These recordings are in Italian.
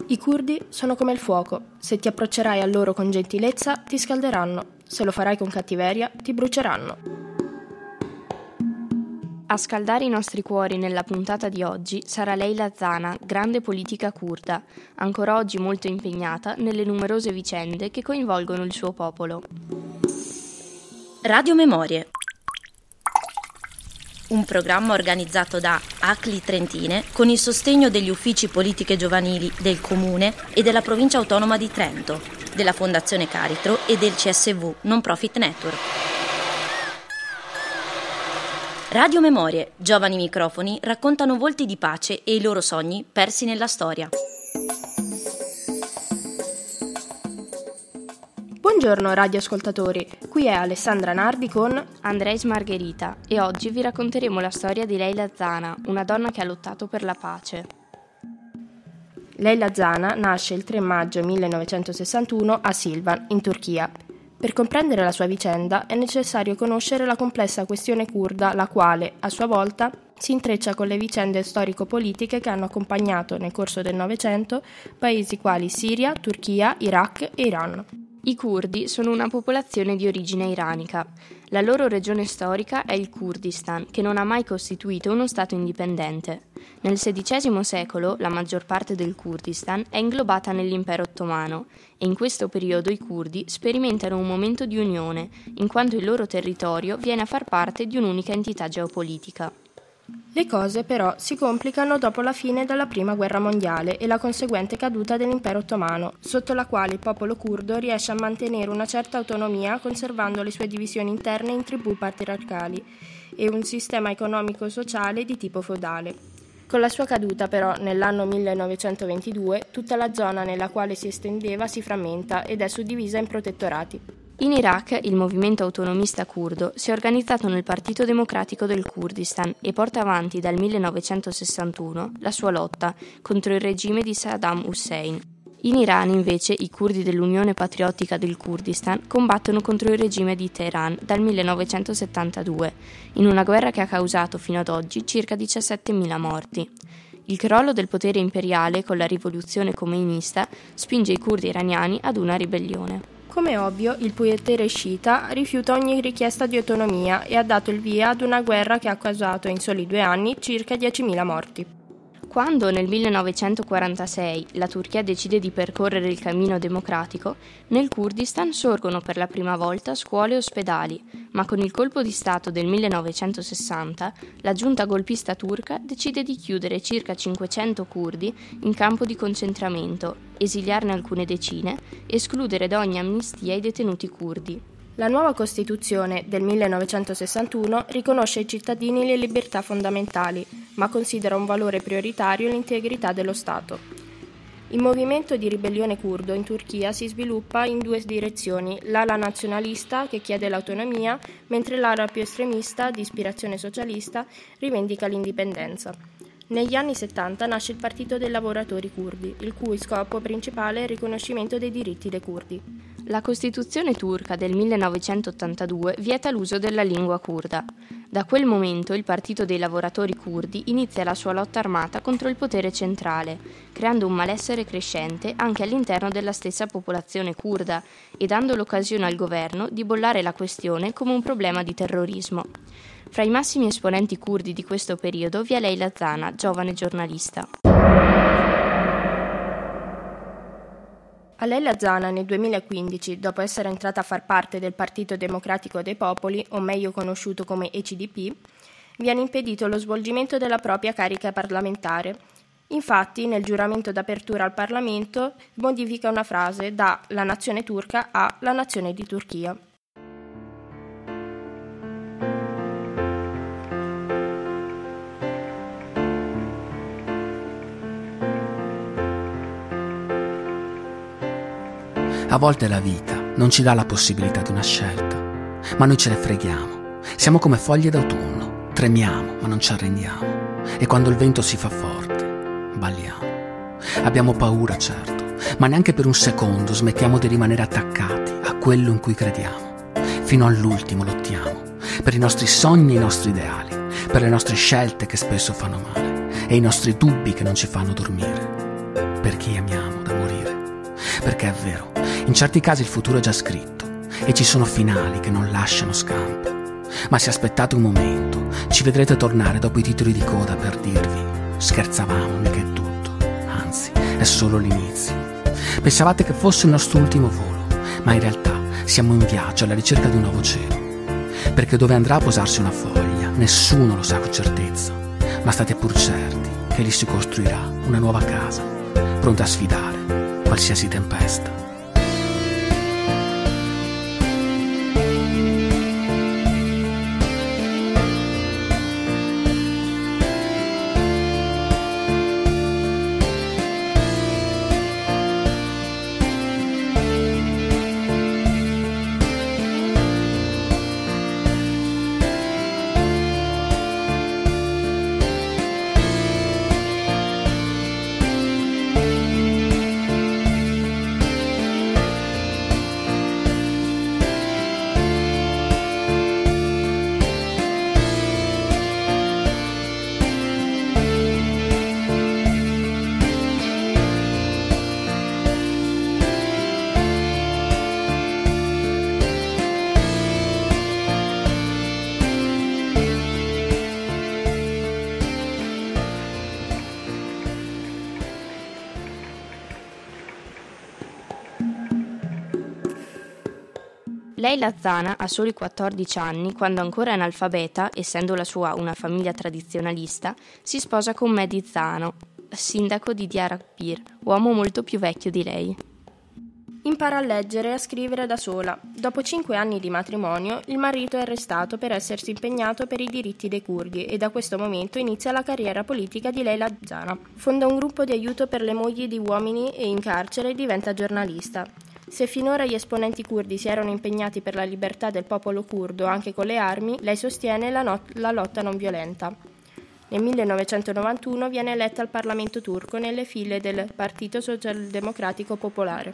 I curdi sono come il fuoco, se ti approccerai a loro con gentilezza ti scalderanno, se lo farai con cattiveria ti bruceranno. A scaldare i nostri cuori nella puntata di oggi sarà Leyla Zana, grande politica curda, ancora oggi molto impegnata nelle numerose vicende che coinvolgono il suo popolo. Radio Memorie. Un programma organizzato da ACLI Trentine con il sostegno degli uffici politiche giovanili del Comune e della Provincia Autonoma di Trento, della Fondazione Caritro e del CSV Non Profit Network. Radio Memorie, giovani microfoni raccontano volti di pace e i loro sogni persi nella storia. Buongiorno radioascoltatori, qui è Alessandra Nardi con Andreis Margherita e oggi vi racconteremo la storia di Leyla Zana, una donna che ha lottato per la pace. Leyla Zana nasce il 3 maggio 1961 a Silvan, in Turchia. Per comprendere la sua vicenda è necessario conoscere la complessa questione curda, la quale, a sua volta, si intreccia con le vicende storico-politiche che hanno accompagnato nel corso del Novecento paesi quali Siria, Turchia, Iraq e Iran. I curdi sono una popolazione di origine iranica. La loro regione storica è il Kurdistan, che non ha mai costituito uno stato indipendente. Nel XVI secolo la maggior parte del Kurdistan è inglobata nell'impero ottomano e in questo periodo i curdi sperimentano un momento di unione, in quanto il loro territorio viene a far parte di un'unica entità geopolitica. Le cose però si complicano dopo la fine della Prima Guerra Mondiale e la conseguente caduta dell'impero ottomano, sotto la quale il popolo curdo riesce a mantenere una certa autonomia conservando le sue divisioni interne in tribù patriarcali e un sistema economico-sociale di tipo feudale. Con la sua caduta però nell'anno 1922 tutta la zona nella quale si estendeva si frammenta ed è suddivisa in protettorati. In Iraq il movimento autonomista curdo si è organizzato nel Partito Democratico del Kurdistan e porta avanti dal 1961 la sua lotta contro il regime di Saddam Hussein. In Iran invece i curdi dell'Unione Patriottica del Kurdistan combattono contro il regime di Teheran dal 1972, in una guerra che ha causato fino ad oggi circa 17.000 morti. Il crollo del potere imperiale con la rivoluzione khomeinista spinge i curdi iraniani ad una ribellione. Come ovvio, il potere sciita rifiuta ogni richiesta di autonomia e ha dato il via ad una guerra che ha causato in soli 2 anni circa 10.000 morti. Quando nel 1946 la Turchia decide di percorrere il cammino democratico, nel Kurdistan sorgono per la prima volta scuole e ospedali, ma con il colpo di Stato del 1960 la giunta golpista turca decide di chiudere circa 500 curdi in campo di concentramento, esiliarne alcune decine e escludere da ogni amnistia i detenuti curdi. La nuova Costituzione del 1961 riconosce ai cittadini le libertà fondamentali, ma considera un valore prioritario l'integrità dello Stato. Il movimento di ribellione curdo in Turchia si sviluppa in 2 direzioni, l'ala nazionalista che chiede l'autonomia, mentre l'ala più estremista, di ispirazione socialista, rivendica l'indipendenza. Negli anni 70 nasce il Partito dei Lavoratori Curdi, il cui scopo principale è il riconoscimento dei diritti dei curdi. La Costituzione turca del 1982 vieta l'uso della lingua curda. Da quel momento il Partito dei Lavoratori Curdi inizia la sua lotta armata contro il potere centrale, creando un malessere crescente anche all'interno della stessa popolazione curda e dando l'occasione al governo di bollare la questione come un problema di terrorismo. Fra i massimi esponenti curdi di questo periodo vi è Leyla Zana, giovane giornalista. A Leyla Zana nel 2015, dopo essere entrata a far parte del Partito Democratico dei Popoli, o meglio conosciuto come ECDP, viene impedito lo svolgimento della propria carica parlamentare. Infatti, nel giuramento d'apertura al Parlamento modifica una frase da "la nazione turca" a "la nazione di Turchia". A volte la vita non ci dà la possibilità di una scelta, ma noi ce ne freghiamo. Siamo come foglie d'autunno, tremiamo ma non ci arrendiamo e quando il vento si fa forte, balliamo. Abbiamo paura, certo, ma neanche per un secondo smettiamo di rimanere attaccati a quello in cui crediamo. Fino all'ultimo lottiamo per i nostri sogni e i nostri ideali, per le nostre scelte che spesso fanno male e i nostri dubbi che non ci fanno dormire, per chi amiamo perché è vero, in certi casi il futuro è già scritto e ci sono finali che non lasciano scampo. Ma se aspettate un momento, ci vedrete tornare dopo i titoli di coda per dirvi: scherzavamo, mica è tutto, anzi, è solo l'inizio. Pensavate che fosse il nostro ultimo volo, ma in realtà siamo in viaggio alla ricerca di un nuovo cielo. Perché dove andrà a posarsi una foglia, nessuno lo sa con certezza, ma state pur certi che lì si costruirà una nuova casa, pronta a sfidare qualsiasi tempesta. Leyla Zana ha soli 14 anni quando, ancora analfabeta, essendo la sua una famiglia tradizionalista, si sposa con Mehdi Zano, sindaco di Diyarbakir, uomo molto più vecchio di lei. Impara a leggere e a scrivere da sola. Dopo 5 anni di matrimonio, il marito è arrestato per essersi impegnato per i diritti dei curdi e da questo momento inizia la carriera politica di Leyla Zana. Fonda un gruppo di aiuto per le mogli di uomini e in carcere diventa giornalista. Se finora gli esponenti curdi si erano impegnati per la libertà del popolo curdo anche con le armi, lei sostiene la lotta non violenta. Nel 1991 viene eletta al Parlamento turco nelle file del Partito Socialdemocratico Popolare.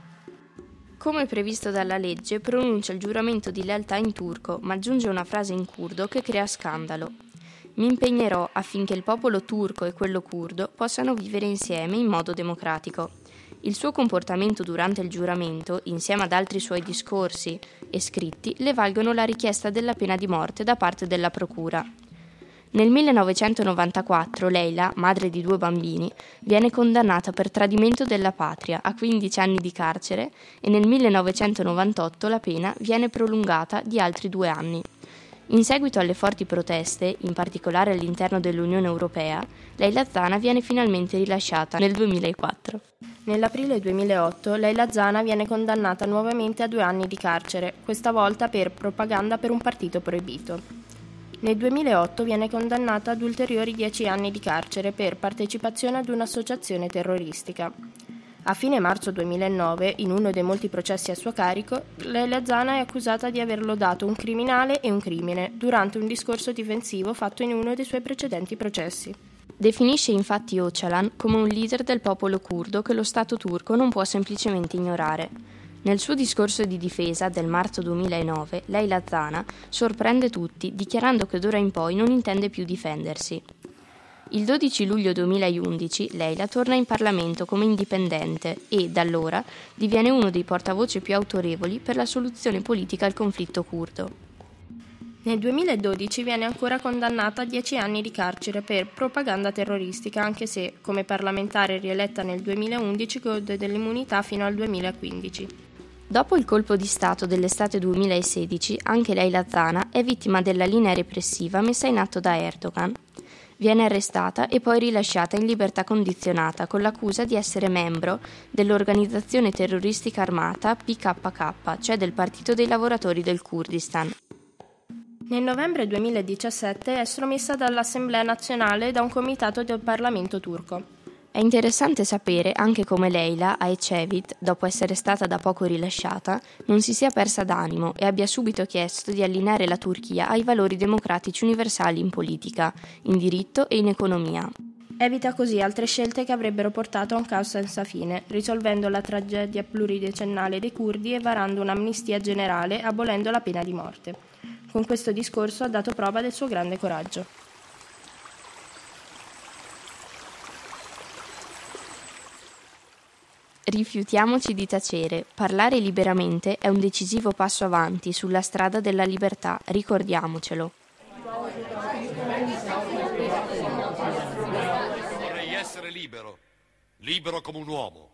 Come previsto dalla legge, pronuncia il giuramento di lealtà in turco, ma aggiunge una frase in curdo che crea scandalo. Mi impegnerò affinché il popolo turco e quello curdo possano vivere insieme in modo democratico. Il suo comportamento durante il giuramento, insieme ad altri suoi discorsi e scritti, le valgono la richiesta della pena di morte da parte della procura. Nel 1994 Leyla, madre di 2 bambini, viene condannata per tradimento della patria a 15 anni di carcere e nel 1998 la pena viene prolungata di altri 2 anni. In seguito alle forti proteste, in particolare all'interno dell'Unione Europea, Leyla Zana viene finalmente rilasciata nel 2004. Nell'aprile 2008 Leyla Zana viene condannata nuovamente a 2 anni di carcere, questa volta per propaganda per un partito proibito. Nel 2008 viene condannata ad ulteriori 10 anni di carcere per partecipazione ad un'associazione terroristica. A fine marzo 2009, in uno dei molti processi a suo carico, Leyla Zana è accusata di aver lodato un criminale e un crimine durante un discorso difensivo fatto in uno dei suoi precedenti processi. Definisce infatti Öcalan come un leader del popolo curdo che lo Stato turco non può semplicemente ignorare. Nel suo discorso di difesa del marzo 2009, Leyla Zana sorprende tutti dichiarando che d'ora in poi non intende più difendersi. Il 12 luglio 2011 Leyla torna in Parlamento come indipendente e, da allora, diviene uno dei portavoce più autorevoli per la soluzione politica al conflitto curdo. Nel 2012 viene ancora condannata a 10 anni di carcere per propaganda terroristica, anche se, come parlamentare rieletta nel 2011, gode dell'immunità fino al 2015. Dopo il colpo di Stato dell'estate 2016, anche Leyla Zana è vittima della linea repressiva messa in atto da Erdogan. Viene arrestata e poi rilasciata in libertà condizionata con l'accusa di essere membro dell'organizzazione terroristica armata PKK, cioè del Partito dei Lavoratori del Kurdistan. Nel novembre 2017 è estromessa dall'Assemblea nazionale da un comitato del Parlamento turco. È interessante sapere anche come Leyla a Ecevit, dopo essere stata da poco rilasciata, non si sia persa d'animo e abbia subito chiesto di allineare la Turchia ai valori democratici universali in politica, in diritto e in economia. Evita così altre scelte che avrebbero portato a un caos senza fine, risolvendo la tragedia pluridecennale dei curdi e varando un'amnistia generale, abolendo la pena di morte. Con questo discorso ha dato prova del suo grande coraggio. Rifiutiamoci di tacere. Parlare liberamente è un decisivo passo avanti sulla strada della libertà, ricordiamocelo. Vorrei essere libero, libero come un uomo.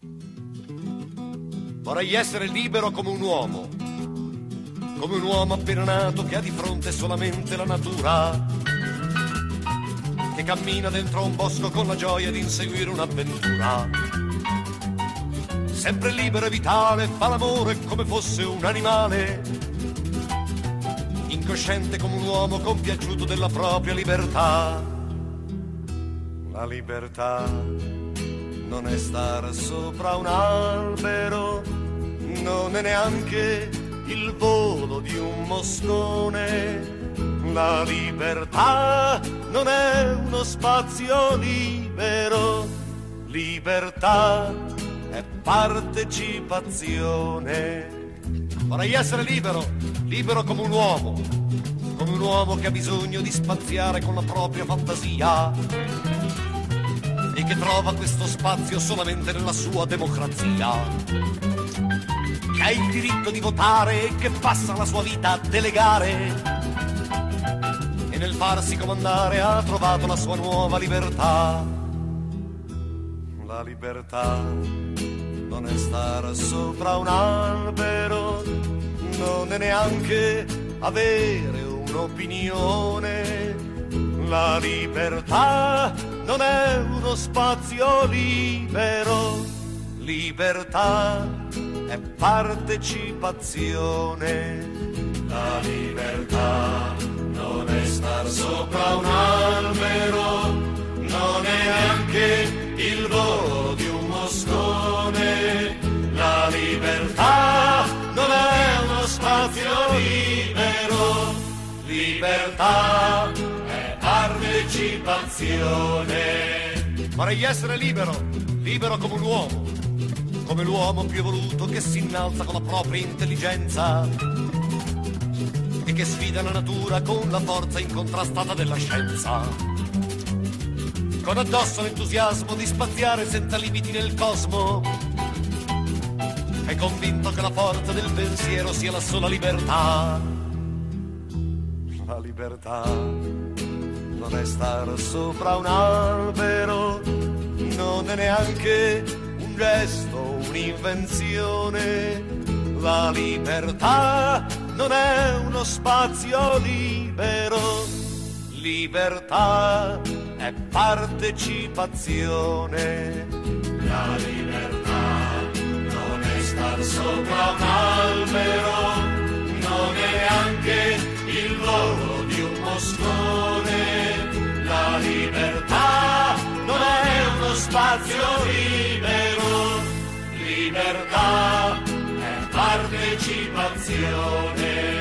Vorrei essere libero come un uomo appena nato che ha di fronte solamente la natura, che cammina dentro un bosco con la gioia di inseguire un'avventura. Sempre libero e vitale, fa l'amore come fosse un animale, incosciente come un uomo compiaciuto della propria libertà. La libertà non è star sopra un albero, non è neanche il volo di un moscone. La libertà non è uno spazio libero, libertà è partecipazione. Vorrei essere libero, libero come un uomo che ha bisogno di spaziare con la propria fantasia e che trova questo spazio solamente nella sua democrazia, che ha il diritto di votare e che passa la sua vita a delegare, e nel farsi comandare ha trovato la sua nuova libertà. La libertà non è star sopra un albero, non è neanche avere un'opinione. La libertà non è uno spazio libero, libertà è partecipazione. La libertà non è star sopra un albero, non è neanche il volo di un moscone. La libertà non è uno spazio libero, libertà è partecipazione. Vorrei essere libero, libero come l'uomo più evoluto che si innalza con la propria intelligenza e che sfida la natura con la forza incontrastata della scienza, con addosso l'entusiasmo di spaziare senza limiti nel cosmo, è convinto che la forza del pensiero sia la sola libertà. La libertà non è star sopra un albero, non è neanche un gesto, un'invenzione. La libertà non è uno spazio libero, libertà è partecipazione. La libertà non è star sopra un albero, non è neanche il volo di un moscone. La libertà non è uno spazio libero, libertà è partecipazione.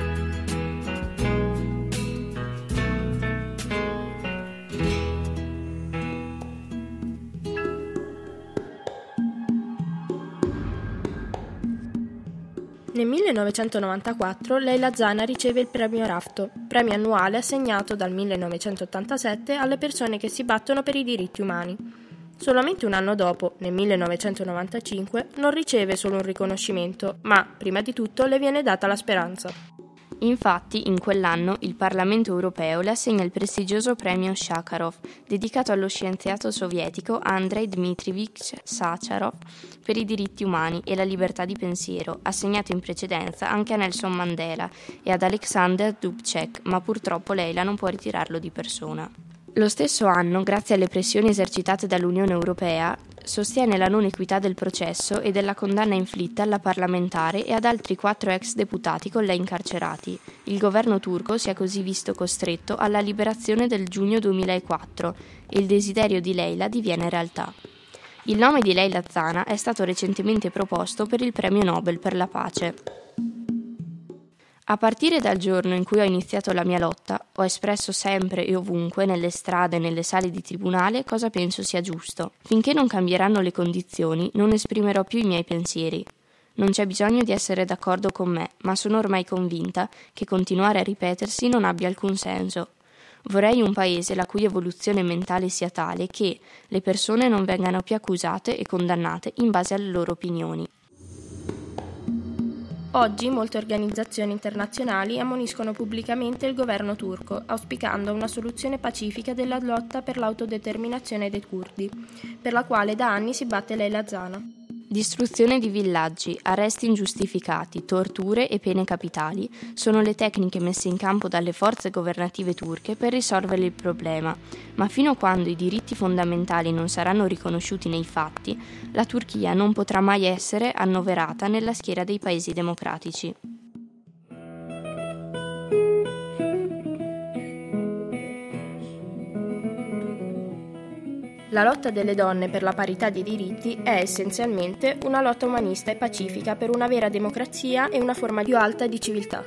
Nel 1994 Leyla Zana riceve il premio Rafto, premio annuale assegnato dal 1987 alle persone che si battono per i diritti umani. Solamente un anno dopo, nel 1995, non riceve solo un riconoscimento, ma, prima di tutto, le viene data la speranza. Infatti, in quell'anno il Parlamento europeo le assegna il prestigioso premio Sakharov, dedicato allo scienziato sovietico Andrei Dmitrievich Sacharov per i diritti umani e la libertà di pensiero, assegnato in precedenza anche a Nelson Mandela e ad Alexander Dubček, ma purtroppo Leyla non può ritirarlo di persona. Lo stesso anno, grazie alle pressioni esercitate dall'Unione Europea, sostiene la non equità del processo e della condanna inflitta alla parlamentare e ad altri 4 ex deputati con lei incarcerati. Il governo turco si è così visto costretto alla liberazione del giugno 2004 e il desiderio di Leyla diviene realtà. Il nome di Leyla Zana è stato recentemente proposto per il Premio Nobel per la pace. A partire dal giorno in cui ho iniziato la mia lotta, ho espresso sempre e ovunque, nelle strade e nelle sale di tribunale, cosa penso sia giusto. Finché non cambieranno le condizioni, non esprimerò più i miei pensieri. Non c'è bisogno di essere d'accordo con me, ma sono ormai convinta che continuare a ripetersi non abbia alcun senso. Vorrei un paese la cui evoluzione mentale sia tale che le persone non vengano più accusate e condannate in base alle loro opinioni. Oggi molte organizzazioni internazionali ammoniscono pubblicamente il governo turco, auspicando una soluzione pacifica della lotta per l'autodeterminazione dei curdi, per la quale da anni si batte Leyla Zana. Distruzione di villaggi, arresti ingiustificati, torture e pene capitali sono le tecniche messe in campo dalle forze governative turche per risolvere il problema, ma fino a quando i diritti fondamentali non saranno riconosciuti nei fatti, la Turchia non potrà mai essere annoverata nella schiera dei paesi democratici. La lotta delle donne per la parità di diritti è essenzialmente una lotta umanista e pacifica per una vera democrazia e una forma più alta di civiltà.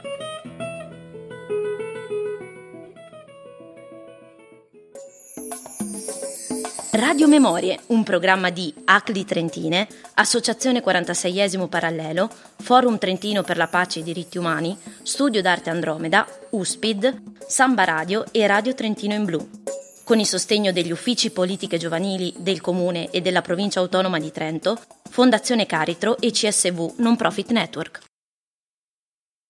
Radio Memorie, un programma di ACLI Trentine, Associazione 46esimo Parallelo, Forum Trentino per la Pace e i Diritti Umani, Studio d'Arte Andromeda, USPID, Samba Radio e Radio Trentino in Blu, con il sostegno degli uffici politiche giovanili del Comune e della Provincia Autonoma di Trento, Fondazione Caritro e CSV Non Profit Network.